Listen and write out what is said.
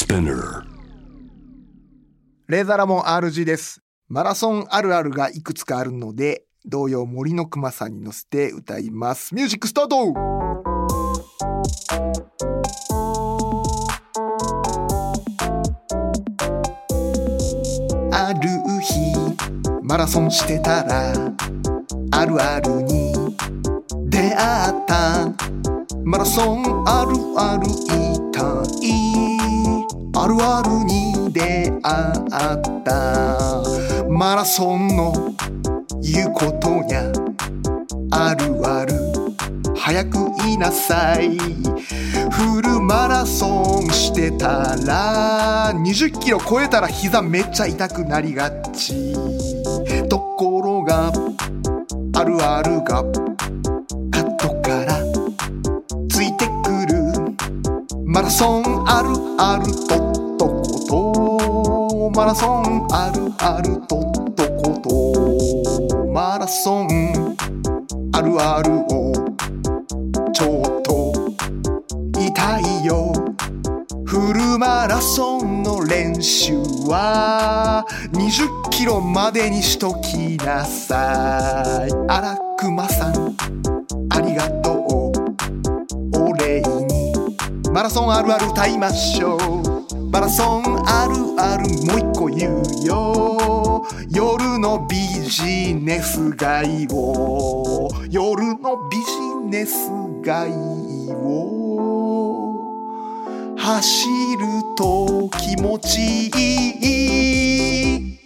Spinner。 レーザーラモン RG です。マラソンあるあるがいくつかあるので、童謡森のくまさんに乗せて歌います。ミュージックスタート。ある日マラソンしてたら、あるあるに出会った。マラソンあるある言いたい、あるあるに出会った。マラソンの言うことやあるある早く言いなさい。フルマラソンしてたら20キロ超えたら膝めっちゃ痛くなりがち。ところがあるあるがカットからついてくる。マラソンあるあるとっとことマラソンあるあるとっとことマラソンあるあるをちょっと痛いよ。フルマラソンの練習は20キロまでにしときなさい。あらくまさんありがとう。お礼にマラソンあるある歌いましょう。マラソンあるあるもう一個言うよ。夜のビジネス街を夜のビジネス街を走ると気持ちいい。